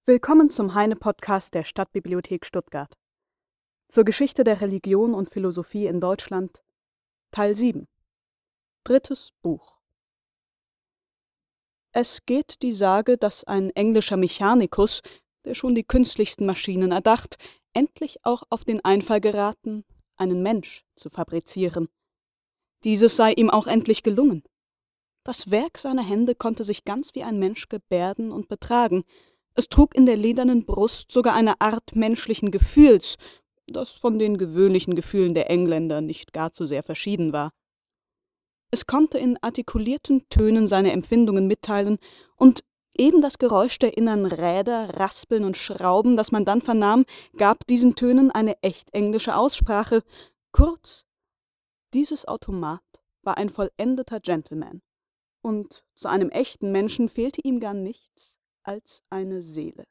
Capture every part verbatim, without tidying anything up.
Willkommen zum Heine-Podcast der Stadtbibliothek Stuttgart. Zur Geschichte der Religion und Philosophie in Deutschland, Teil sieben. Drittes Buch. Es geht die Sage, dass ein englischer Mechanikus, der schon die künstlichsten Maschinen erdacht, endlich auch auf den Einfall geraten, einen Mensch zu fabrizieren. Dieses sei ihm auch endlich gelungen. Das Werk seiner Hände konnte sich ganz wie ein Mensch gebärden und betragen. Es trug in der ledernen Brust sogar eine Art menschlichen Gefühls, das von den gewöhnlichen Gefühlen der Engländer nicht gar zu sehr verschieden war. Es konnte in artikulierten Tönen seine Empfindungen mitteilen, und eben das Geräusch der inneren Räder, Raspeln und Schrauben, das man dann vernahm, gab diesen Tönen eine echt englische Aussprache. Kurz, dieses Automat war ein vollendeter Gentleman, und zu einem echten Menschen fehlte ihm gar nichts als eine Seele.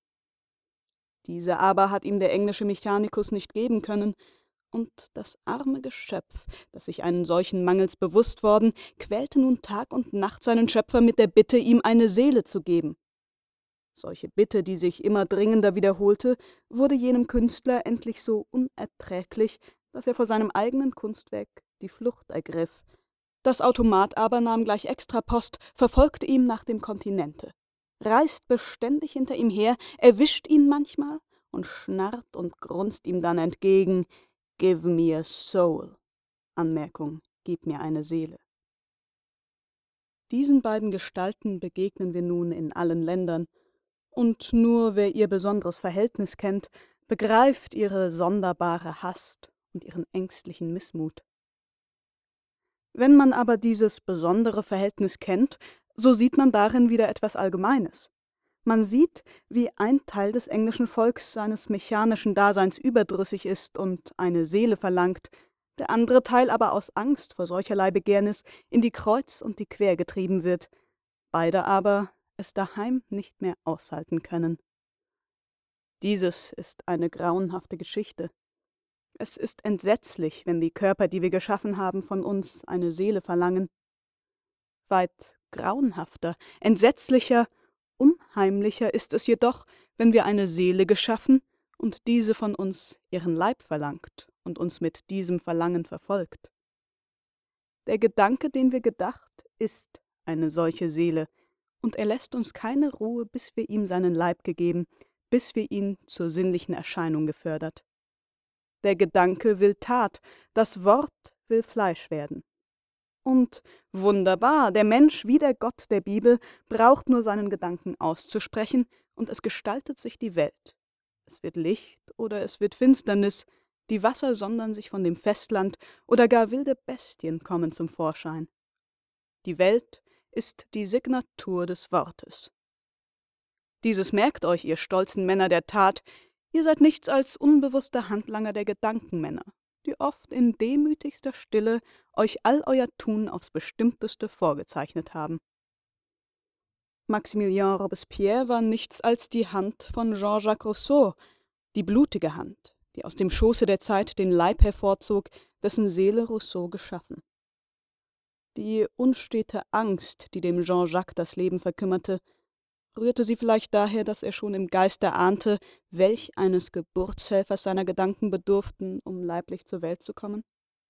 Diese aber hat ihm der englische Mechanikus nicht geben können, und das arme Geschöpf, das sich einen solchen Mangels bewusst worden, quälte nun Tag und Nacht seinen Schöpfer mit der Bitte, ihm eine Seele zu geben. Solche Bitte, die sich immer dringender wiederholte, wurde jenem Künstler endlich so unerträglich, dass er vor seinem eigenen Kunstwerk die Flucht ergriff. Das Automat aber nahm gleich Extrapost, verfolgte ihn nach dem Kontinente, reist beständig hinter ihm her, erwischt ihn manchmal und schnarrt und grunzt ihm dann entgegen: »Give me a soul«, Anmerkung, »Gib mir eine Seele«. Diesen beiden Gestalten begegnen wir nun in allen Ländern, und nur wer ihr besonderes Verhältnis kennt, begreift ihre sonderbare Hast und ihren ängstlichen Missmut. Wenn man aber dieses besondere Verhältnis kennt, so sieht man darin wieder etwas Allgemeines. Man sieht, wie ein Teil des englischen Volks seines mechanischen Daseins überdrüssig ist und eine Seele verlangt, der andere Teil aber aus Angst vor solcherlei Begehrnis in die Kreuz und die Quer getrieben wird, beide aber es daheim nicht mehr aushalten können. Dieses ist eine grauenhafte Geschichte. Es ist entsetzlich, wenn die Körper, die wir geschaffen haben, von uns eine Seele verlangen. Weit grauenhafter, entsetzlicher, unheimlicher ist es jedoch, wenn wir eine Seele geschaffen und diese von uns ihren Leib verlangt und uns mit diesem Verlangen verfolgt. Der Gedanke, den wir gedacht, ist eine solche Seele, und er lässt uns keine Ruhe, bis wir ihm seinen Leib gegeben, bis wir ihn zur sinnlichen Erscheinung gefördert. Der Gedanke will Tat, das Wort will Fleisch werden. Und wunderbar, der Mensch wie der Gott der Bibel braucht nur seinen Gedanken auszusprechen, und es gestaltet sich die Welt. Es wird Licht oder es wird Finsternis, die Wasser sondern sich von dem Festland, oder gar wilde Bestien kommen zum Vorschein. Die Welt ist die Signatur des Wortes. Dieses merkt euch, ihr stolzen Männer der Tat, ihr seid nichts als unbewusste Handlanger der Gedankenmänner, die oft in demütigster Stille euch all euer Tun aufs Bestimmteste vorgezeichnet haben. Maximilien Robespierre war nichts als die Hand von Jean-Jacques Rousseau, die blutige Hand, die aus dem Schoße der Zeit den Leib hervorzog, dessen Seele Rousseau geschaffen. Die unstete Angst, die dem Jean-Jacques das Leben verkümmerte, rührte sie vielleicht daher, dass er schon im Geiste ahnte, welch eines Geburtshelfers seiner Gedanken bedurften, um leiblich zur Welt zu kommen?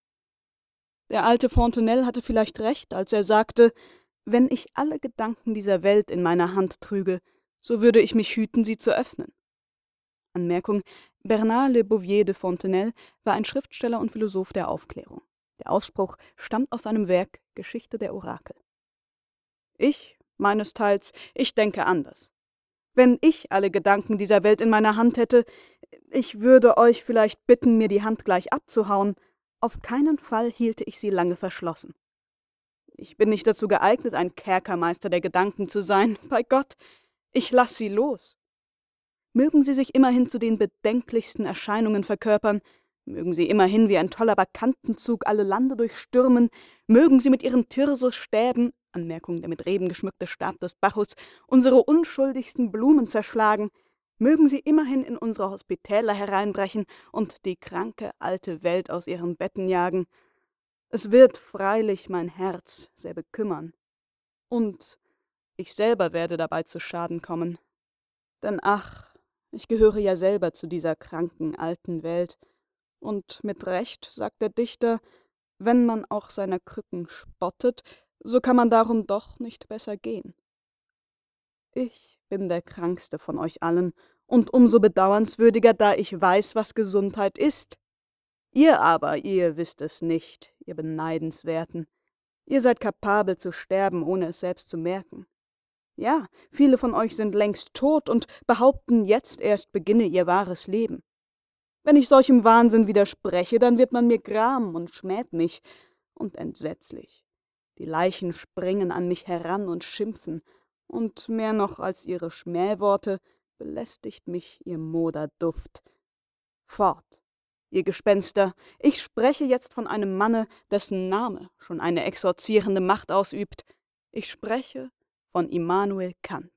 Der alte Fontenelle hatte vielleicht recht, als er sagte, wenn ich alle Gedanken dieser Welt in meiner Hand trüge, so würde ich mich hüten, sie zu öffnen. Anmerkung: Bernard Le Bouvier de Fontenelle war ein Schriftsteller und Philosoph der Aufklärung. Der Ausspruch stammt aus seinem Werk Geschichte der Orakel. Ich, meinesteils, ich denke anders. Wenn ich alle Gedanken dieser Welt in meiner Hand hätte, ich würde euch vielleicht bitten, mir die Hand gleich abzuhauen, auf keinen Fall hielte ich sie lange verschlossen. Ich bin nicht dazu geeignet, ein Kerkermeister der Gedanken zu sein, bei Gott, ich lass sie los. Mögen sie sich immerhin zu den bedenklichsten Erscheinungen verkörpern, mögen sie immerhin wie ein toller Bacchantenzug alle Lande durchstürmen, mögen sie mit ihren Thyrsusstäben, Anmerkung: der mit Reben geschmückte Stab des Bacchus, unsere unschuldigsten Blumen zerschlagen, mögen sie immerhin in unsere Hospitäler hereinbrechen und die kranke alte Welt aus ihren Betten jagen. Es wird freilich mein Herz sehr bekümmern, und ich selber werde dabei zu Schaden kommen. Denn ach, ich gehöre ja selber zu dieser kranken alten Welt, und mit Recht sagt der Dichter, wenn man auch seiner Krücken spottet, so kann man darum doch nicht besser gehen. Ich bin der Krankste von euch allen, und umso bedauernswürdiger, da ich weiß, was Gesundheit ist. Ihr aber, ihr wisst es nicht, ihr Beneidenswerten. Ihr seid kapabel zu sterben, ohne es selbst zu merken. Ja, viele von euch sind längst tot und behaupten, jetzt erst beginne ihr wahres Leben. Wenn ich solchem Wahnsinn widerspreche, dann wird man mir Gram und schmäht mich. Und entsetzlich. Die Leichen springen an mich heran und schimpfen, und mehr noch als ihre Schmähworte belästigt mich ihr Moderduft. Fort, ihr Gespenster, ich spreche jetzt von einem Manne, dessen Name schon eine exorzierende Macht ausübt. Ich spreche von Immanuel Kant.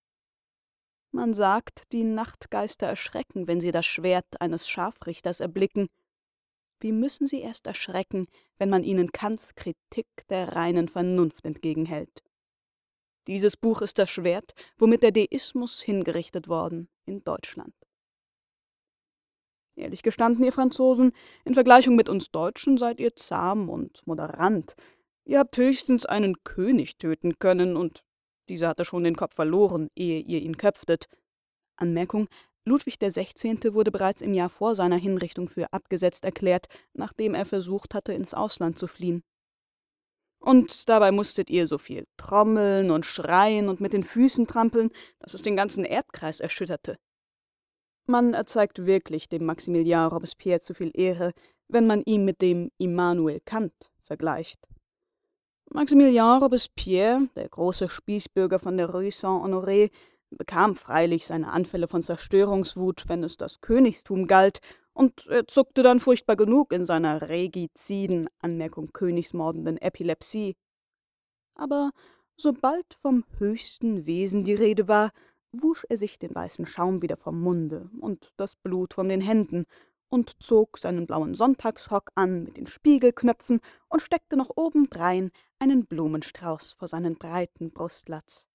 Man sagt, die Nachtgeister erschrecken, wenn sie das Schwert eines Scharfrichters erblicken. Wie müssen sie erst erschrecken, wenn man ihnen Kants Kritik der reinen Vernunft entgegenhält? Dieses Buch ist das Schwert, womit der Deismus hingerichtet worden in Deutschland. Ehrlich gestanden, ihr Franzosen, in Vergleichung mit uns Deutschen seid ihr zahm und moderant. Ihr habt höchstens einen König töten können, und dieser hatte schon den Kopf verloren, ehe ihr ihn köpftet. Anmerkung: Ludwig der Sechzehnte wurde bereits im Jahr vor seiner Hinrichtung für abgesetzt erklärt, nachdem er versucht hatte, ins Ausland zu fliehen. Und dabei musstet ihr so viel trommeln und schreien und mit den Füßen trampeln, dass es den ganzen Erdkreis erschütterte. Man erzeigt wirklich dem Maximilian Robespierre zu viel Ehre, wenn man ihn mit dem Immanuel Kant vergleicht. Maximilian Robespierre, der große Spießbürger von der Rue Saint-Honoré, bekam freilich seine Anfälle von Zerstörungswut, wenn es das Königstum galt, und er zuckte dann furchtbar genug in seiner regiziden, Anmerkung königsmordenden Epilepsie. Aber sobald vom höchsten Wesen die Rede war, wusch er sich den weißen Schaum wieder vom Munde und das Blut von den Händen und zog seinen blauen Sonntagsrock an mit den Spiegelknöpfen und steckte noch obendrein einen Blumenstrauß vor seinen breiten Brustlatz.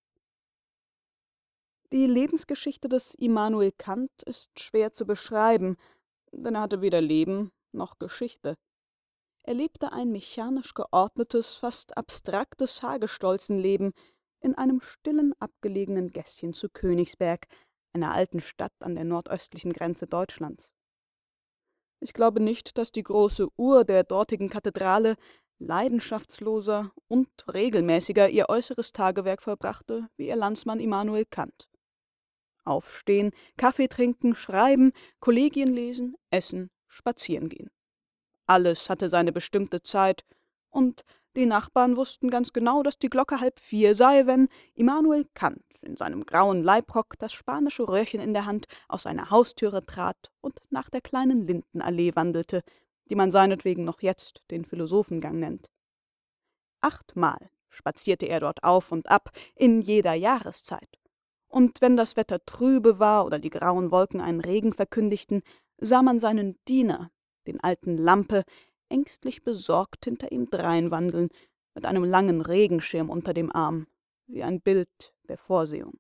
Die Lebensgeschichte des Immanuel Kant ist schwer zu beschreiben, denn er hatte weder Leben noch Geschichte. Er lebte ein mechanisch geordnetes, fast abstraktes Hagestolzenleben in einem stillen, abgelegenen Gässchen zu Königsberg, einer alten Stadt an der nordöstlichen Grenze Deutschlands. Ich glaube nicht, dass die große Uhr der dortigen Kathedrale leidenschaftsloser und regelmäßiger ihr äußeres Tagewerk vollbrachte, wie ihr Landsmann Immanuel Kant. Aufstehen, Kaffee trinken, schreiben, Kollegien lesen, essen, spazieren gehen. Alles hatte seine bestimmte Zeit, und die Nachbarn wussten ganz genau, dass die Glocke halb vier sei, wenn Immanuel Kant in seinem grauen Leibrock, das spanische Röhrchen in der Hand, aus seiner Haustüre trat und nach der kleinen Lindenallee wandelte, die man seinetwegen noch jetzt den Philosophengang nennt. Achtmal spazierte er dort auf und ab, in jeder Jahreszeit. Und wenn das Wetter trübe war oder die grauen Wolken einen Regen verkündigten, sah man seinen Diener, den alten Lampe, ängstlich besorgt hinter ihm dreinwandeln, mit einem langen Regenschirm unter dem Arm, wie ein Bild der Vorsehung.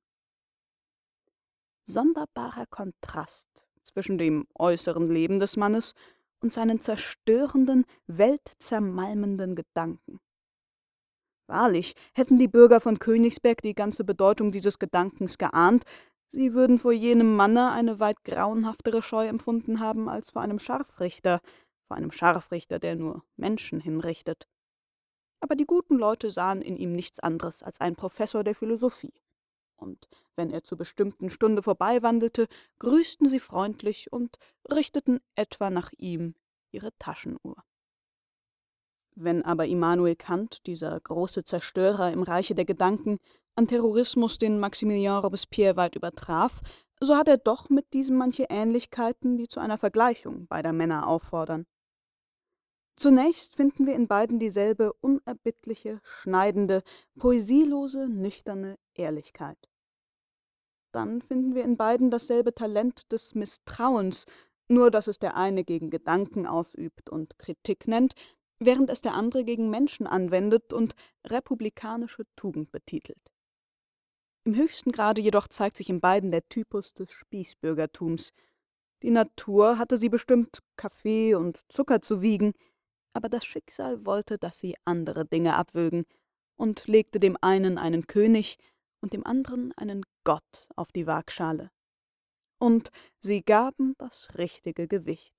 Sonderbarer Kontrast zwischen dem äußeren Leben des Mannes und seinen zerstörenden, weltzermalmenden Gedanken. Wahrlich, hätten die Bürger von Königsberg die ganze Bedeutung dieses Gedankens geahnt, sie würden vor jenem Manne eine weit grauenhaftere Scheu empfunden haben als vor einem Scharfrichter, vor einem Scharfrichter, der nur Menschen hinrichtet. Aber die guten Leute sahen in ihm nichts anderes als einen Professor der Philosophie. Und wenn er zur bestimmten Stunde vorbeiwandelte, grüßten sie freundlich und richteten etwa nach ihm ihre Taschenuhr. Wenn aber Immanuel Kant, dieser große Zerstörer im Reiche der Gedanken, an Terrorismus den Maximilian Robespierre weit übertraf, so hat er doch mit diesem manche Ähnlichkeiten, die zu einer Vergleichung beider Männer auffordern. Zunächst finden wir in beiden dieselbe unerbittliche, schneidende, poesielose, nüchterne Ehrlichkeit. Dann finden wir in beiden dasselbe Talent des Misstrauens, nur dass es der eine gegen Gedanken ausübt und Kritik nennt, während es der andere gegen Menschen anwendet und republikanische Tugend betitelt. Im höchsten Grade jedoch zeigt sich in beiden der Typus des Spießbürgertums. Die Natur hatte sie bestimmt, Kaffee und Zucker zu wiegen, aber das Schicksal wollte, dass sie andere Dinge abwögen und legte dem einen einen König und dem anderen einen Gott auf die Waagschale. Und sie gaben das richtige Gewicht.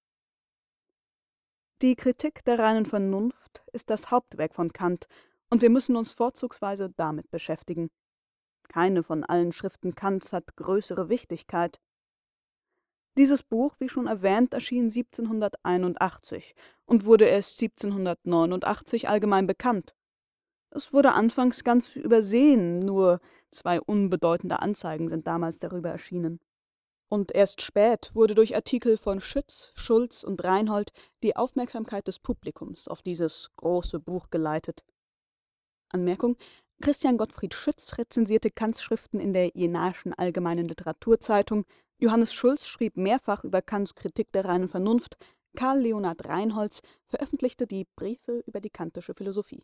Die Kritik der reinen Vernunft ist das Hauptwerk von Kant, und wir müssen uns vorzugsweise damit beschäftigen. Keine von allen Schriften Kants hat größere Wichtigkeit. Dieses Buch, wie schon erwähnt, erschien siebzehnhunderteinundachtzig und wurde erst siebzehnhundertneunundachtzig allgemein bekannt. Es wurde anfangs ganz übersehen, nur zwei unbedeutende Anzeigen sind damals darüber erschienen. Und erst spät wurde durch Artikel von Schütz, Schulz und Reinhold die Aufmerksamkeit des Publikums auf dieses große Buch geleitet. Anmerkung: Christian Gottfried Schütz rezensierte Kants Schriften in der Jenaischen Allgemeinen Literaturzeitung, Johannes Schulz schrieb mehrfach über Kants Kritik der reinen Vernunft, Karl Leonhard Reinholz veröffentlichte die Briefe über die kantische Philosophie.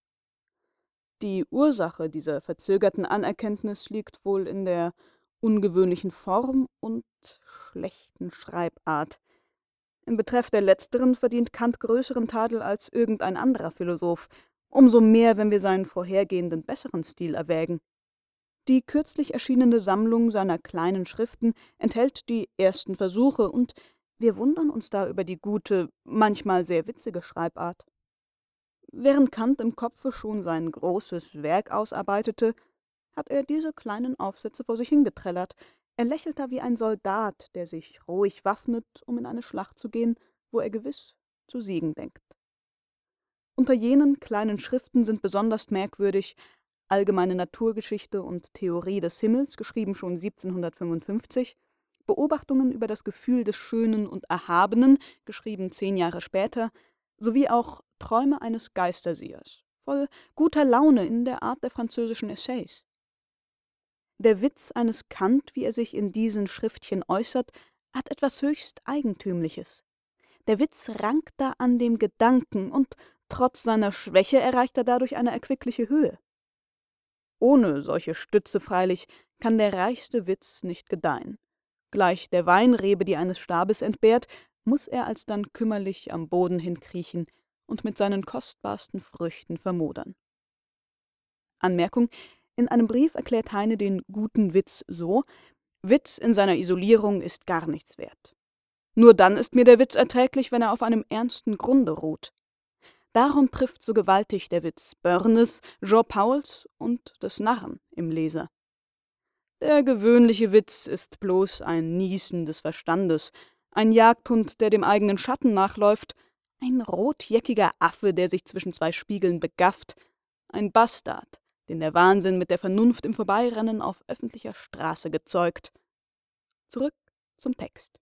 Die Ursache dieser verzögerten Anerkenntnis liegt wohl in der ungewöhnlichen Form und schlechten Schreibart. In Betreff der letzteren verdient Kant größeren Tadel als irgendein anderer Philosoph, umso mehr, wenn wir seinen vorhergehenden besseren Stil erwägen. Die kürzlich erschienene Sammlung seiner kleinen Schriften enthält die ersten Versuche, und wir wundern uns da über die gute, manchmal sehr witzige Schreibart. Während Kant im Kopfe schon sein großes Werk ausarbeitete, hat er diese kleinen Aufsätze vor sich hingeträllert. Er lächelt da wie ein Soldat, der sich ruhig waffnet, um in eine Schlacht zu gehen, wo er gewiss zu siegen denkt. Unter jenen kleinen Schriften sind besonders merkwürdig Allgemeine Naturgeschichte und Theorie des Himmels, geschrieben schon siebzehnhundertfünfundfünfzig, Beobachtungen über das Gefühl des Schönen und Erhabenen, geschrieben zehn Jahre später, sowie auch Träume eines Geistersiehers, voll guter Laune in der Art der französischen Essays. Der Witz eines Kant, wie er sich in diesen Schriftchen äußert, hat etwas höchst Eigentümliches. Der Witz rankt da an dem Gedanken, und trotz seiner Schwäche erreicht er dadurch eine erquickliche Höhe. Ohne solche Stütze freilich kann der reichste Witz nicht gedeihen. Gleich der Weinrebe, die eines Stabes entbehrt, muß er alsdann kümmerlich am Boden hinkriechen und mit seinen kostbarsten Früchten vermodern. Anmerkung: In einem Brief erklärt Heine den guten Witz so: Witz in seiner Isolierung ist gar nichts wert. Nur dann ist mir der Witz erträglich, wenn er auf einem ernsten Grunde ruht. Darum trifft so gewaltig der Witz Börnes, Jean Pauls und des Narren im Leser. Der gewöhnliche Witz ist bloß ein Niesen des Verstandes, ein Jagdhund, der dem eigenen Schatten nachläuft, ein rotjäckiger Affe, der sich zwischen zwei Spiegeln begafft, ein Bastard, den der Wahnsinn mit der Vernunft im Vorbeirennen auf öffentlicher Straße gezeugt. Zurück zum Text.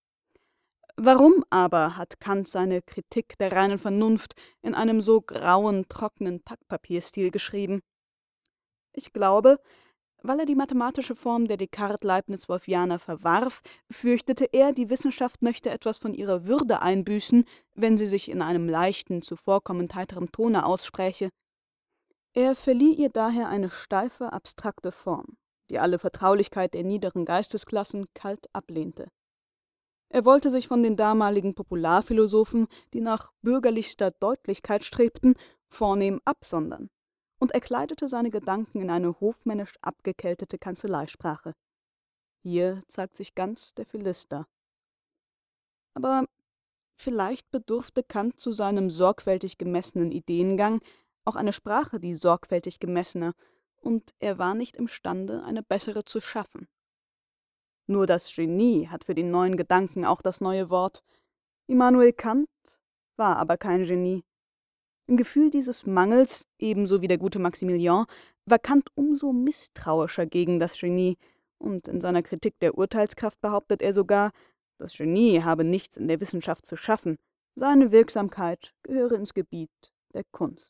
Warum aber hat Kant seine Kritik der reinen Vernunft in einem so grauen, trockenen Packpapierstil geschrieben? Ich glaube, weil er die mathematische Form der Descartes-Leibniz-Wolffianer verwarf, fürchtete er, die Wissenschaft möchte etwas von ihrer Würde einbüßen, wenn sie sich in einem leichten, zuvorkommend heiteren Tone ausspräche. Er verlieh ihr daher eine steife, abstrakte Form, die alle Vertraulichkeit der niederen Geistesklassen kalt ablehnte. Er wollte sich von den damaligen Popularphilosophen, die nach bürgerlichster Deutlichkeit strebten, vornehm absondern, und er kleidete seine Gedanken in eine hofmännisch abgekältete Kanzleisprache. Hier zeigt sich ganz der Philister. Aber vielleicht bedurfte Kant zu seinem sorgfältig gemessenen Ideengang auch eine Sprache, die sorgfältig gemessener, und er war nicht imstande, eine bessere zu schaffen. Nur das Genie hat für den neuen Gedanken auch das neue Wort. Immanuel Kant war aber kein Genie. Im Gefühl dieses Mangels, ebenso wie der gute Maximilian, war Kant umso misstrauischer gegen das Genie, und in seiner Kritik der Urteilskraft behauptet er sogar, das Genie habe nichts in der Wissenschaft zu schaffen, seine Wirksamkeit gehöre ins Gebiet der Kunst.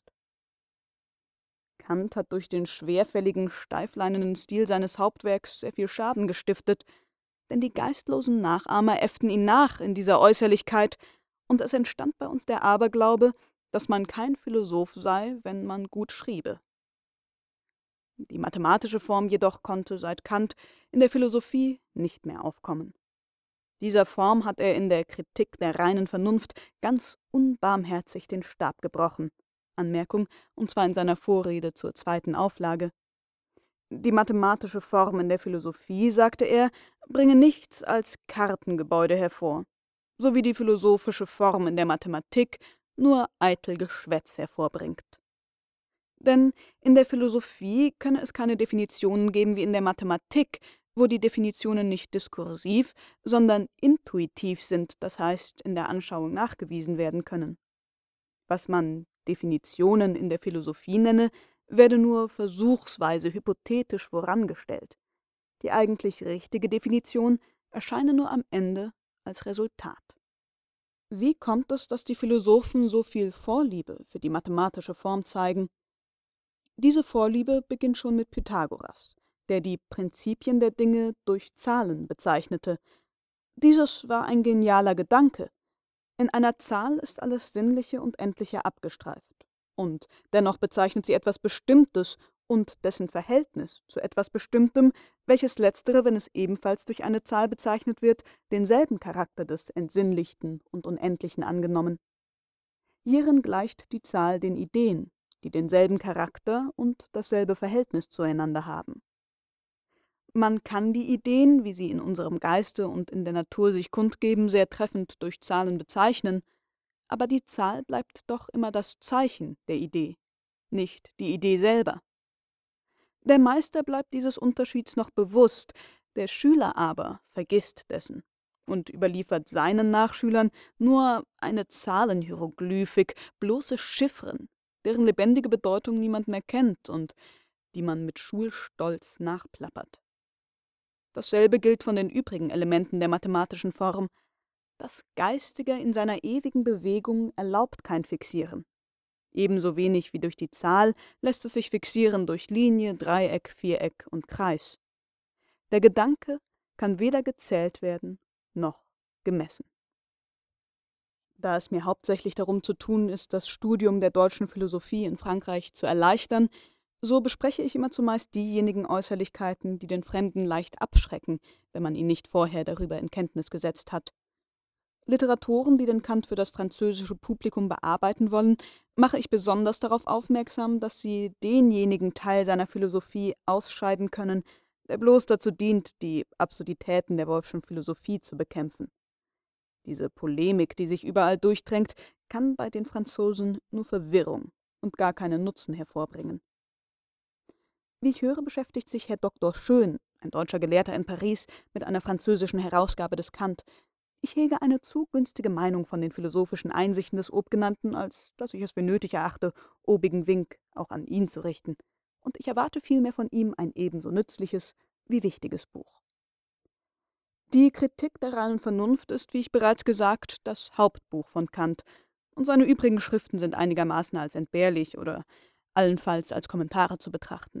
Kant hat durch den schwerfälligen, steifleinenen Stil seines Hauptwerks sehr viel Schaden gestiftet, denn die geistlosen Nachahmer äfften ihn nach in dieser Äußerlichkeit, und es entstand bei uns der Aberglaube, dass man kein Philosoph sei, wenn man gut schriebe. Die mathematische Form jedoch konnte seit Kant in der Philosophie nicht mehr aufkommen. Dieser Form hat er in der Kritik der reinen Vernunft ganz unbarmherzig den Stab gebrochen. Anmerkung, und zwar in seiner Vorrede zur zweiten Auflage. Die mathematische Form in der Philosophie, sagte er, bringe nichts als Kartengebäude hervor, so wie die philosophische Form in der Mathematik nur eitel Geschwätz hervorbringt. Denn in der Philosophie könne es keine Definitionen geben wie in der Mathematik, wo die Definitionen nicht diskursiv, sondern intuitiv sind, das heißt in der Anschauung nachgewiesen werden können. Was man Definitionen in der Philosophie nenne, werde nur versuchsweise hypothetisch vorangestellt. Die eigentlich richtige Definition erscheine nur am Ende als Resultat. Wie kommt es, dass die Philosophen so viel Vorliebe für die mathematische Form zeigen? Diese Vorliebe beginnt schon mit Pythagoras, der die Prinzipien der Dinge durch Zahlen bezeichnete. Dieses war ein genialer Gedanke. In einer Zahl ist alles Sinnliche und Endliche abgestreift. Und dennoch bezeichnet sie etwas Bestimmtes und dessen Verhältnis zu etwas Bestimmtem, welches letztere, wenn es ebenfalls durch eine Zahl bezeichnet wird, denselben Charakter des Entsinnlichten und Unendlichen angenommen. Hierin gleicht die Zahl den Ideen, die denselben Charakter und dasselbe Verhältnis zueinander haben. Man kann die Ideen, wie sie in unserem Geiste und in der Natur sich kundgeben, sehr treffend durch Zahlen bezeichnen, aber die Zahl bleibt doch immer das Zeichen der Idee, nicht die Idee selber. Der Meister bleibt dieses Unterschieds noch bewusst, der Schüler aber vergisst dessen und überliefert seinen Nachschülern nur eine Zahlenhieroglyphik, bloße Chiffren, deren lebendige Bedeutung niemand mehr kennt und die man mit Schulstolz nachplappert. Dasselbe gilt von den übrigen Elementen der mathematischen Form. Das Geistige in seiner ewigen Bewegung erlaubt kein Fixieren. Ebenso wenig wie durch die Zahl lässt es sich fixieren durch Linie, Dreieck, Viereck und Kreis. Der Gedanke kann weder gezählt werden noch gemessen. Da es mir hauptsächlich darum zu tun ist, das Studium der deutschen Philosophie in Frankreich zu erleichtern, so bespreche ich immer zumeist diejenigen Äußerlichkeiten, die den Fremden leicht abschrecken, wenn man ihn nicht vorher darüber in Kenntnis gesetzt hat. Literatoren, die den Kant für das französische Publikum bearbeiten wollen, mache ich besonders darauf aufmerksam, dass sie denjenigen Teil seiner Philosophie ausscheiden können, der bloß dazu dient, die Absurditäten der Wolffschen Philosophie zu bekämpfen. Diese Polemik, die sich überall durchdrängt, kann bei den Franzosen nur Verwirrung und gar keinen Nutzen hervorbringen. Wie ich höre, beschäftigt sich Herr Doktor Schön, ein deutscher Gelehrter in Paris, mit einer französischen Herausgabe des Kant. Ich hege eine zu günstige Meinung von den philosophischen Einsichten des Obgenannten, als dass ich es für nötig erachte, obigen Wink auch an ihn zu richten. Und ich erwarte vielmehr von ihm ein ebenso nützliches wie wichtiges Buch. Die Kritik der reinen Vernunft ist, wie ich bereits gesagt, das Hauptbuch von Kant, und seine übrigen Schriften sind einigermaßen als entbehrlich oder allenfalls als Kommentare zu betrachten.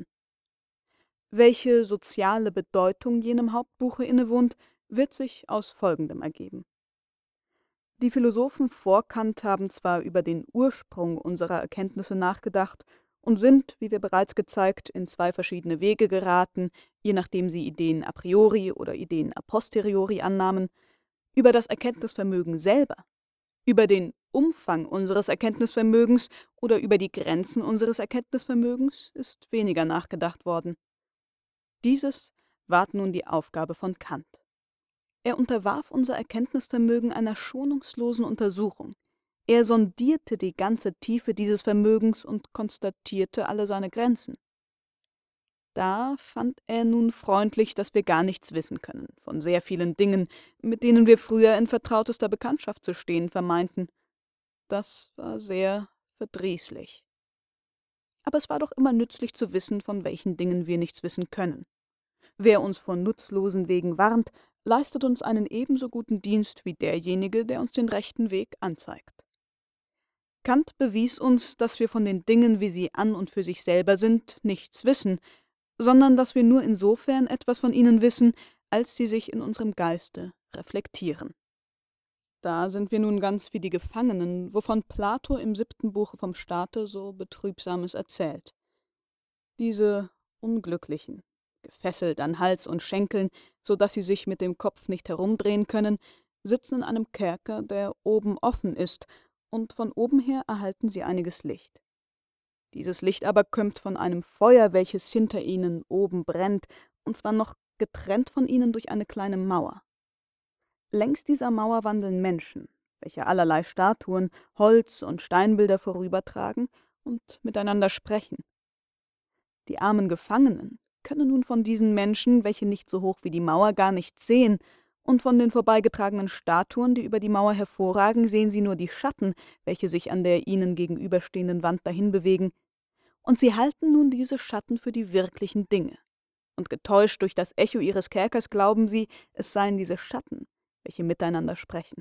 Welche soziale Bedeutung jenem Hauptbuche innewohnt, wird sich aus Folgendem ergeben. Die Philosophen vor Kant haben zwar über den Ursprung unserer Erkenntnisse nachgedacht und sind, wie wir bereits gezeigt, in zwei verschiedene Wege geraten, je nachdem sie Ideen a priori oder Ideen a posteriori annahmen, über das Erkenntnisvermögen selber, über den Umfang unseres Erkenntnisvermögens oder über die Grenzen unseres Erkenntnisvermögens ist weniger nachgedacht worden. Dieses ward nun die Aufgabe von Kant. Er unterwarf unser Erkenntnisvermögen einer schonungslosen Untersuchung. Er sondierte die ganze Tiefe dieses Vermögens und konstatierte alle seine Grenzen. Da fand er nun freundlich, dass wir gar nichts wissen können von sehr vielen Dingen, mit denen wir früher in vertrautester Bekanntschaft zu stehen vermeinten. Das war sehr verdrießlich. Aber es war doch immer nützlich zu wissen, von welchen Dingen wir nichts wissen können. Wer uns von nutzlosen Wegen warnt, leistet uns einen ebenso guten Dienst wie derjenige, der uns den rechten Weg anzeigt. Kant bewies uns, dass wir von den Dingen, wie sie an und für sich selber sind, nichts wissen, sondern dass wir nur insofern etwas von ihnen wissen, als sie sich in unserem Geiste reflektieren. Da sind wir nun ganz wie die Gefangenen, wovon Plato im siebten Buche vom Staate so Betrübsames erzählt. Diese Unglücklichen, gefesselt an Hals und Schenkeln, so daß sie sich mit dem Kopf nicht herumdrehen können, sitzen in einem Kerker, der oben offen ist, und von oben her erhalten sie einiges Licht. Dieses Licht aber kömmt von einem Feuer, welches hinter ihnen oben brennt, und zwar noch getrennt von ihnen durch eine kleine Mauer. Längs dieser Mauer wandeln Menschen, welche allerlei Statuen, Holz und Steinbilder vorübertragen und miteinander sprechen. Die armen Gefangenen können nun von diesen Menschen, welche nicht so hoch wie die Mauer, gar nichts sehen, und von den vorbeigetragenen Statuen, die über die Mauer hervorragen, sehen sie nur die Schatten, welche sich an der ihnen gegenüberstehenden Wand dahin bewegen, und sie halten nun diese Schatten für die wirklichen Dinge, und getäuscht durch das Echo ihres Kerkers glauben sie, es seien diese Schatten, welche miteinander sprechen.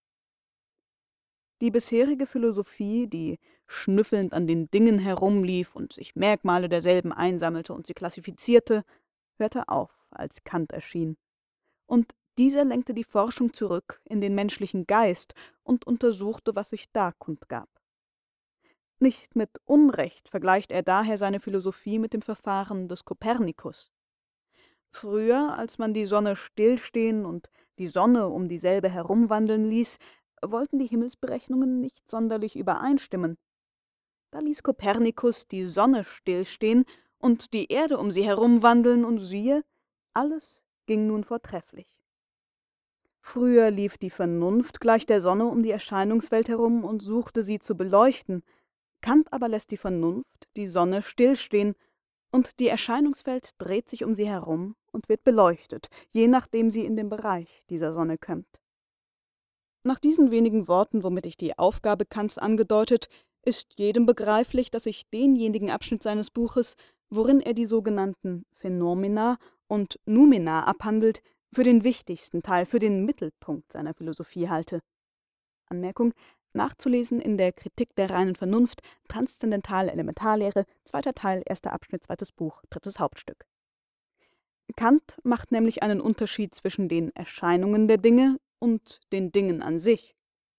Die bisherige Philosophie, die schnüffelnd an den Dingen herumlief und sich Merkmale derselben einsammelte und sie klassifizierte, hörte auf, als Kant erschien. Und dieser lenkte die Forschung zurück in den menschlichen Geist und untersuchte, was sich da kundgab. Nicht mit Unrecht vergleicht er daher seine Philosophie mit dem Verfahren des Kopernikus. Früher, als man die Sonne stillstehen und die Sonne um dieselbe herumwandeln ließ, wollten die Himmelsberechnungen nicht sonderlich übereinstimmen. Da ließ Kopernikus die Sonne stillstehen und die Erde um sie herumwandeln, und siehe, alles ging nun vortrefflich. Früher lief die Vernunft gleich der Sonne um die Erscheinungswelt herum und suchte sie zu beleuchten. Kant aber lässt die Vernunft die Sonne stillstehen, und die Erscheinungswelt dreht sich um sie herum und wird beleuchtet, je nachdem sie in den Bereich dieser Sonne kömmt. Nach diesen wenigen Worten, womit ich die Aufgabe Kants angedeutet, ist jedem begreiflich, dass ich denjenigen Abschnitt seines Buches, worin er die sogenannten Phänomena und Noumena abhandelt, für den wichtigsten Teil, für den Mittelpunkt seiner Philosophie halte. Anmerkung: Nachzulesen in der Kritik der reinen Vernunft, Transzendentale Elementarlehre, zweiter Teil, erster Abschnitt, zweites Buch, drittes Hauptstück. Kant macht nämlich einen Unterschied zwischen den Erscheinungen der Dinge und den Dingen an sich.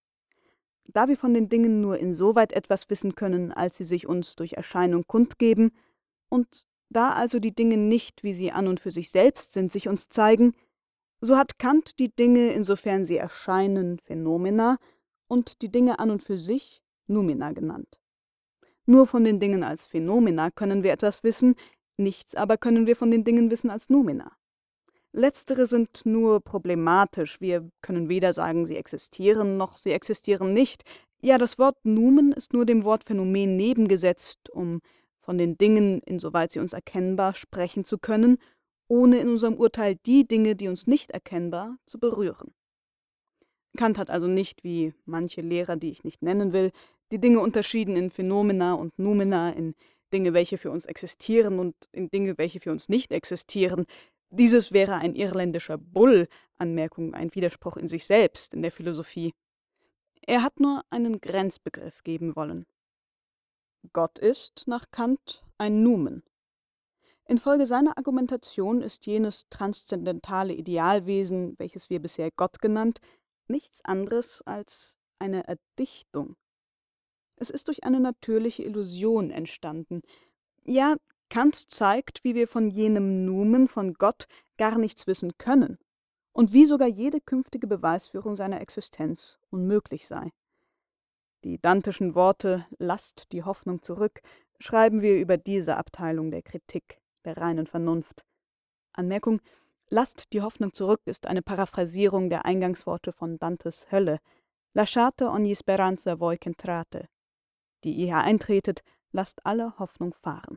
Da wir von den Dingen nur insoweit etwas wissen können, als sie sich uns durch Erscheinung kundgeben, und da also die Dinge nicht, wie sie an und für sich selbst sind, sich uns zeigen, so hat Kant die Dinge, insofern sie erscheinen, Phänomena, und die Dinge an und für sich Noumena genannt. Nur von den Dingen als Phänomena können wir etwas wissen, nichts aber können wir von den Dingen wissen als Noumena. Letztere sind nur problematisch, wir können weder sagen, sie existieren, noch sie existieren nicht. Ja, das Wort Numen ist nur dem Wort Phänomen nebengesetzt, um von den Dingen, insoweit sie uns erkennbar, sprechen zu können, ohne in unserem Urteil die Dinge, die uns nicht erkennbar, zu berühren. Kant hat also nicht, wie manche Lehrer, die ich nicht nennen will, die Dinge unterschieden in Phänomena und Noumena, in Dinge, welche für uns existieren, und in Dinge, welche für uns nicht existieren. Dieses wäre ein irländischer Bull, Anmerkung, ein Widerspruch in sich selbst, in der Philosophie. Er hat nur einen Grenzbegriff geben wollen. Gott ist, nach Kant, ein Numen. Infolge seiner Argumentation ist jenes transzendentale Idealwesen, welches wir bisher Gott genannt, nichts anderes als eine Erdichtung. Es ist durch eine natürliche Illusion entstanden. Ja, Kant zeigt, wie wir von jenem Numen, von Gott, gar nichts wissen können und wie sogar jede künftige Beweisführung seiner Existenz unmöglich sei. Die dantischen Worte »lasst die Hoffnung zurück« schreiben wir über diese Abteilung der Kritik der reinen Vernunft. Anmerkung: »Lasst die Hoffnung zurück« ist eine Paraphrasierung der Eingangsworte von Dantes Hölle. »Lasciate ogni speranza voi c'entrate«, die ihr eintretet, lasst alle Hoffnung fahren.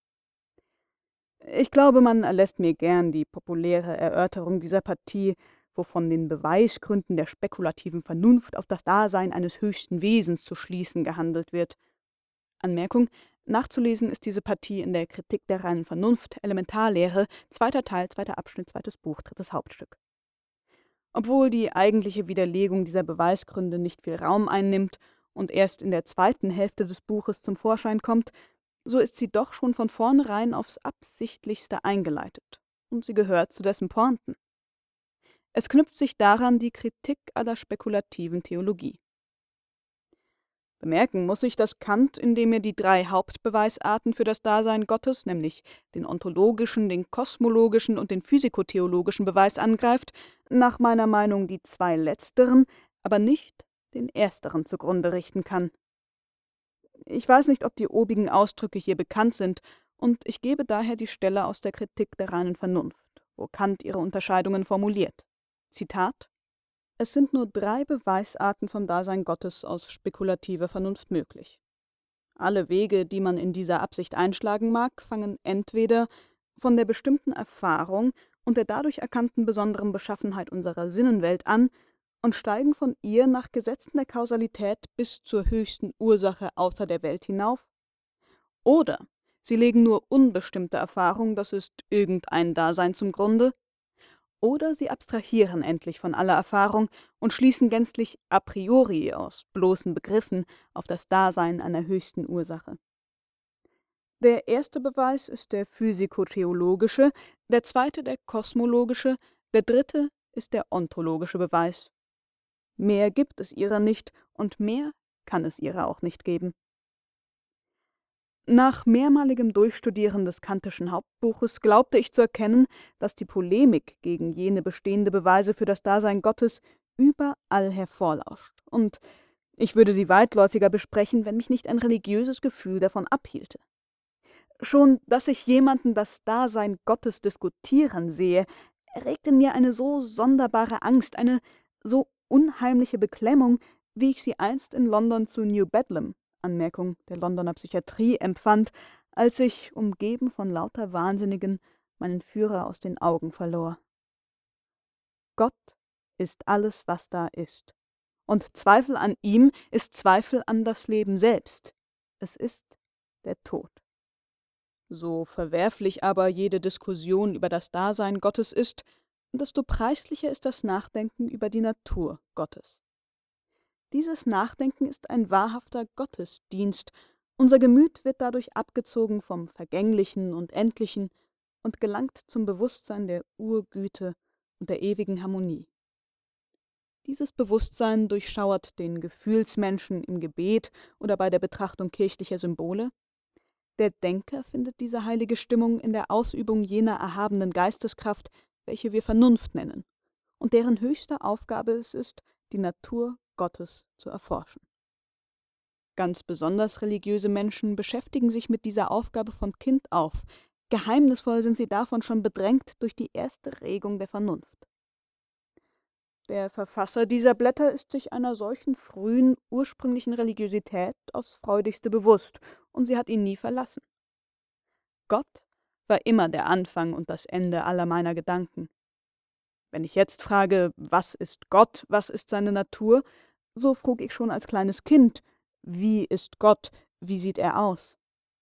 Ich glaube, man erlässt mir gern die populäre Erörterung dieser Partie, wo von den Beweisgründen der spekulativen Vernunft auf das Dasein eines höchsten Wesens zu schließen gehandelt wird. Anmerkung: Nachzulesen ist diese Partie in der Kritik der reinen Vernunft, Elementarlehre, zweiter Teil, zweiter Abschnitt, zweites Buch, drittes Hauptstück. Obwohl die eigentliche Widerlegung dieser Beweisgründe nicht viel Raum einnimmt und erst in der zweiten Hälfte des Buches zum Vorschein kommt, so ist sie doch schon von vornherein aufs Absichtlichste eingeleitet, und sie gehört zu dessen Pointen. Es knüpft sich daran die Kritik aller spekulativen Theologie. Bemerken muss ich, dass Kant, indem er die drei Hauptbeweisarten für das Dasein Gottes, nämlich den ontologischen, den kosmologischen und den physikotheologischen Beweis angreift, nach meiner Meinung die zwei letzteren, aber nicht den ersteren zugrunde richten kann. Ich weiß nicht, ob die obigen Ausdrücke hier bekannt sind, und ich gebe daher die Stelle aus der Kritik der reinen Vernunft, wo Kant ihre Unterscheidungen formuliert. Zitat: Es sind nur drei Beweisarten vom Dasein Gottes aus spekulativer Vernunft möglich. Alle Wege, die man in dieser Absicht einschlagen mag, fangen entweder von der bestimmten Erfahrung und der dadurch erkannten besonderen Beschaffenheit unserer Sinnenwelt an und steigen von ihr nach Gesetzen der Kausalität bis zur höchsten Ursache außer der Welt hinauf, oder sie legen nur unbestimmte Erfahrung, das ist irgendein Dasein, zum Grunde, oder sie abstrahieren endlich von aller Erfahrung und schließen gänzlich a priori aus bloßen Begriffen auf das Dasein einer höchsten Ursache. Der erste Beweis ist der physikotheologische, der zweite der kosmologische, der dritte ist der ontologische Beweis. Mehr gibt es ihrer nicht und mehr kann es ihrer auch nicht geben. Nach mehrmaligem Durchstudieren des kantischen Hauptbuches glaubte ich zu erkennen, dass die Polemik gegen jene bestehende Beweise für das Dasein Gottes überall hervorlauscht, und ich würde sie weitläufiger besprechen, wenn mich nicht ein religiöses Gefühl davon abhielte. Schon, dass ich jemanden das Dasein Gottes diskutieren sehe, erregt in mir eine so sonderbare Angst, eine so unheimliche Beklemmung, wie ich sie einst in London zu New Bedlam, Anmerkung der Londoner Psychiatrie, empfand, als ich, umgeben von lauter Wahnsinnigen, meinen Führer aus den Augen verlor. Gott ist alles, was da ist, und Zweifel an ihm ist Zweifel an das Leben selbst. Es ist der Tod. So verwerflich aber jede Diskussion über das Dasein Gottes ist, desto preislicher ist das Nachdenken über die Natur Gottes. Dieses Nachdenken ist ein wahrhafter Gottesdienst. Unser Gemüt wird dadurch abgezogen vom Vergänglichen und Endlichen und gelangt zum Bewusstsein der Urgüte und der ewigen Harmonie. Dieses Bewusstsein durchschauert den Gefühlsmenschen im Gebet oder bei der Betrachtung kirchlicher Symbole. Der Denker findet diese heilige Stimmung in der Ausübung jener erhabenen Geisteskraft, welche wir Vernunft nennen, und deren höchste Aufgabe es ist, die Natur Gottes zu erforschen. Ganz besonders religiöse Menschen beschäftigen sich mit dieser Aufgabe von Kind auf. Geheimnisvoll sind sie davon schon bedrängt durch die erste Regung der Vernunft. Der Verfasser dieser Blätter ist sich einer solchen frühen, ursprünglichen Religiosität aufs freudigste bewusst, und sie hat ihn nie verlassen. Gott war immer der Anfang und das Ende aller meiner Gedanken. Wenn ich jetzt frage, was ist Gott, was ist seine Natur, so frug ich schon als kleines Kind, wie ist Gott, wie sieht er aus?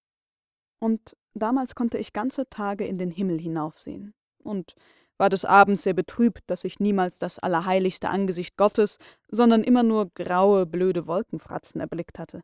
Und damals konnte ich ganze Tage in den Himmel hinaufsehen und war des Abends sehr betrübt, dass ich niemals das allerheiligste Angesicht Gottes, sondern immer nur graue, blöde Wolkenfratzen erblickt hatte.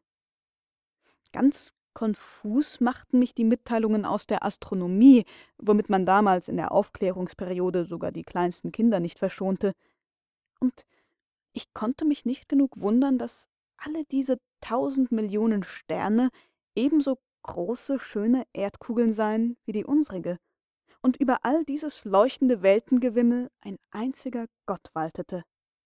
Ganz konfus machten mich die Mitteilungen aus der Astronomie, womit man damals in der Aufklärungsperiode sogar die kleinsten Kinder nicht verschonte. Und ich konnte mich nicht genug wundern, dass alle diese tausend Millionen Sterne ebenso große, schöne Erdkugeln seien wie die unsrige, und über all dieses leuchtende Weltengewimmel ein einziger Gott waltete.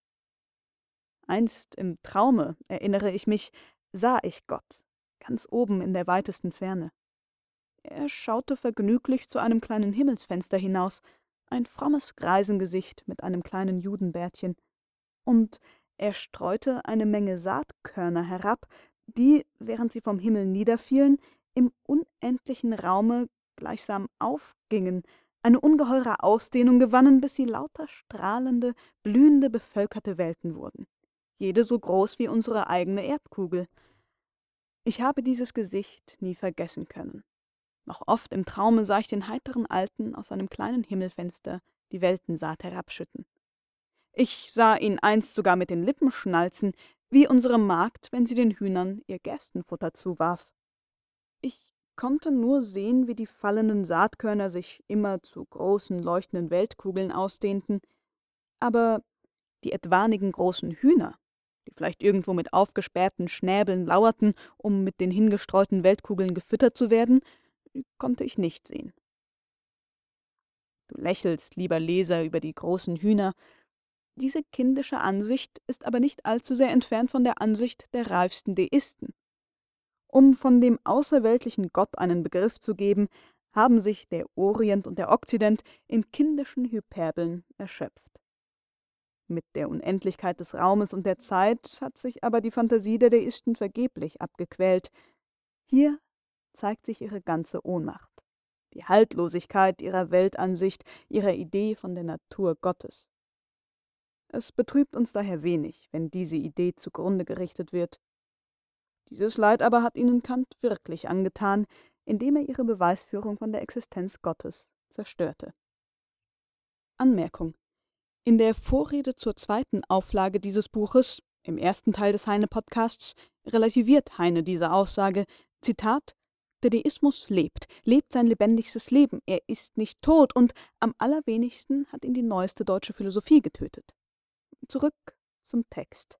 Einst im Traume, erinnere ich mich, sah ich Gott, ganz oben in der weitesten Ferne. Er schaute vergnüglich zu einem kleinen Himmelsfenster hinaus, ein frommes Greisengesicht mit einem kleinen Judenbärtchen, und er streute eine Menge Saatkörner herab, die, während sie vom Himmel niederfielen, im unendlichen Raume gleichsam aufgingen, eine ungeheure Ausdehnung gewannen, bis sie lauter strahlende, blühende, bevölkerte Welten wurden, jede so groß wie unsere eigene Erdkugel. Ich habe dieses Gesicht nie vergessen können. Noch oft im Traume sah ich den heiteren Alten aus seinem kleinen Himmelfenster die Weltensaat herabschütten. Ich sah ihn einst sogar mit den Lippen schnalzen, wie unsere Magd, wenn sie den Hühnern ihr Gerstenfutter zuwarf. Ich konnte nur sehen, wie die fallenden Saatkörner sich immer zu großen, leuchtenden Weltkugeln ausdehnten, aber die etwanigen großen Hühner, die vielleicht irgendwo mit aufgesperrten Schnäbeln lauerten, um mit den hingestreuten Weltkugeln gefüttert zu werden, die konnte ich nicht sehen. Du lächelst, lieber Leser, über die großen Hühner. Diese kindische Ansicht ist aber nicht allzu sehr entfernt von der Ansicht der reifsten Deisten. Um von dem außerweltlichen Gott einen Begriff zu geben, haben sich der Orient und der Okzident in kindischen Hyperbeln erschöpft. Mit der Unendlichkeit des Raumes und der Zeit hat sich aber die Fantasie der Deisten vergeblich abgequält. Hier zeigt sich ihre ganze Ohnmacht, die Haltlosigkeit ihrer Weltansicht, ihrer Idee von der Natur Gottes. Es betrübt uns daher wenig, wenn diese Idee zugrunde gerichtet wird. Dieses Leid aber hat ihnen Kant wirklich angetan, indem er ihre Beweisführung von der Existenz Gottes zerstörte. Anmerkung: In der Vorrede zur zweiten Auflage dieses Buches, im ersten Teil des Heine-Podcasts, relativiert Heine diese Aussage, Zitat: »Der Deismus lebt, lebt sein lebendigstes Leben, er ist nicht tot und am allerwenigsten hat ihn die neueste deutsche Philosophie getötet.« Zurück zum Text.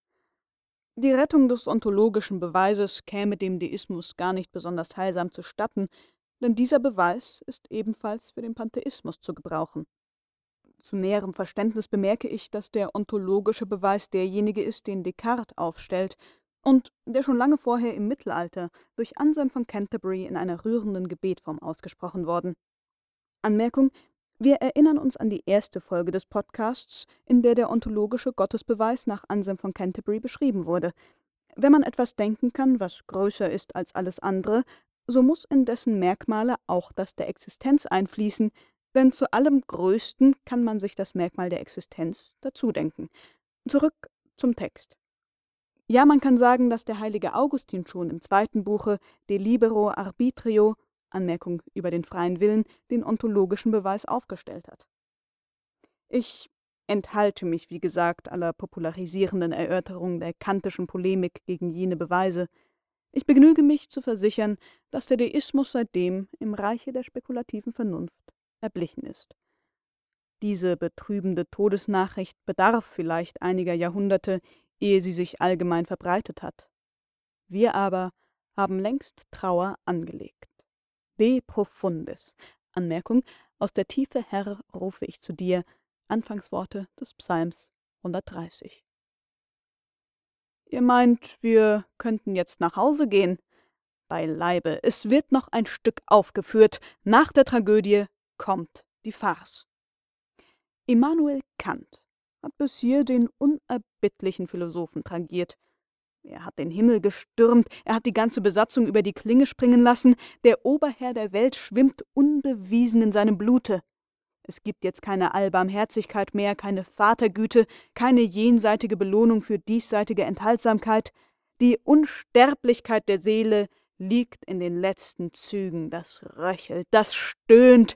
Die Rettung des ontologischen Beweises käme dem Deismus gar nicht besonders heilsam zustatten, denn dieser Beweis ist ebenfalls für den Pantheismus zu gebrauchen. Zu näherem Verständnis bemerke ich, dass der ontologische Beweis derjenige ist, den Descartes aufstellt und der schon lange vorher im Mittelalter durch Anselm von Canterbury in einer rührenden Gebetform ausgesprochen worden. Anmerkung: Wir erinnern uns an die erste Folge des Podcasts, in der der ontologische Gottesbeweis nach Anselm von Canterbury beschrieben wurde. Wenn man etwas denken kann, was größer ist als alles andere, so muss in dessen Merkmale auch das der Existenz einfließen, denn zu allem Größten kann man sich das Merkmal der Existenz dazudenken. Zurück zum Text. Ja, man kann sagen, dass der heilige Augustin schon im zweiten Buche De Libero Arbitrio, Anmerkung über den freien Willen, den ontologischen Beweis aufgestellt hat. Ich enthalte mich, wie gesagt, aller popularisierenden Erörterung der kantischen Polemik gegen jene Beweise. Ich begnüge mich zu versichern, dass der Deismus seitdem im Reiche der spekulativen Vernunft erblichen ist. Diese betrübende Todesnachricht bedarf vielleicht einiger Jahrhunderte, ehe sie sich allgemein verbreitet hat. Wir aber haben längst Trauer angelegt. De profundis, Anmerkung: Aus der Tiefe, Herr, rufe ich zu dir, Anfangsworte des Psalms hundertdreißig. Ihr meint, wir könnten jetzt nach Hause gehen? Beileibe, es wird noch ein Stück aufgeführt. Nach der Tragödie kommt die Farce. Immanuel Kant hat bis hier den unerbittlichen Philosophen tragiert. Er hat den Himmel gestürmt, er hat die ganze Besatzung über die Klinge springen lassen, der Oberherr der Welt schwimmt unbewiesen in seinem Blute. Es gibt jetzt keine Allbarmherzigkeit mehr, keine Vatergüte, keine jenseitige Belohnung für diesseitige Enthaltsamkeit. Die Unsterblichkeit der Seele liegt in den letzten Zügen, das röchelt, das stöhnt.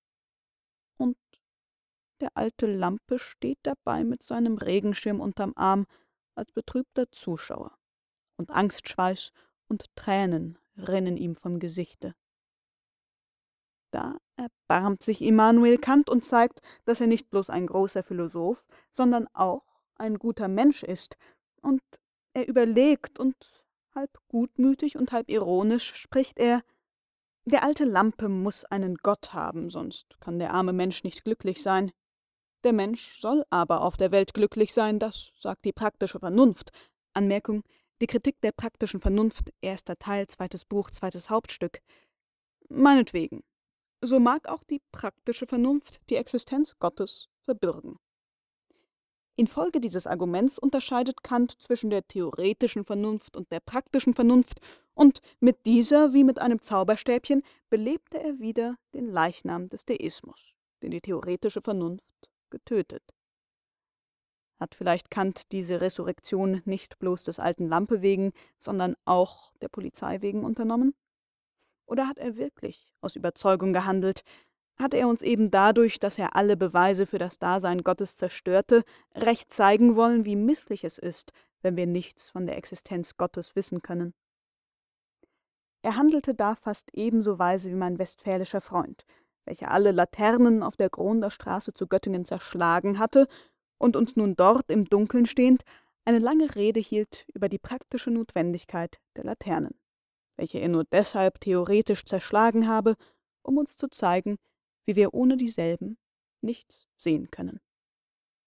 Und der alte Lampe steht dabei mit seinem Regenschirm unterm Arm als betrübter Zuschauer, und Angstschweiß und Tränen rinnen ihm vom Gesichte. Da erbarmt sich Immanuel Kant und zeigt, dass er nicht bloß ein großer Philosoph, sondern auch ein guter Mensch ist, und er überlegt und halb gutmütig und halb ironisch spricht er: Der alte Lampe muß einen Gott haben, sonst kann der arme Mensch nicht glücklich sein. Der Mensch soll aber auf der Welt glücklich sein, das sagt die praktische Vernunft. Anmerkung: Die Kritik der praktischen Vernunft, erster Teil, zweites Buch, zweites Hauptstück. Meinetwegen. So mag auch die praktische Vernunft die Existenz Gottes verbürgen. Infolge dieses Arguments unterscheidet Kant zwischen der theoretischen Vernunft und der praktischen Vernunft, und mit dieser, wie mit einem Zauberstäbchen, belebte er wieder den Leichnam des Deismus, den die theoretische Vernunft getötet. Hat vielleicht Kant diese Resurrektion nicht bloß des alten Lampe wegen, sondern auch der Polizei wegen unternommen? Oder hat er wirklich aus Überzeugung gehandelt? Hat er uns eben dadurch, dass er alle Beweise für das Dasein Gottes zerstörte, recht zeigen wollen, wie misslich es ist, wenn wir nichts von der Existenz Gottes wissen können? Er handelte da fast ebenso weise wie mein westfälischer Freund, welcher alle Laternen auf der Gronder Straße zu Göttingen zerschlagen hatte und uns nun dort im Dunkeln stehend eine lange Rede hielt über die praktische Notwendigkeit der Laternen, welche er nur deshalb theoretisch zerschlagen habe, um uns zu zeigen, wie wir ohne dieselben nichts sehen können.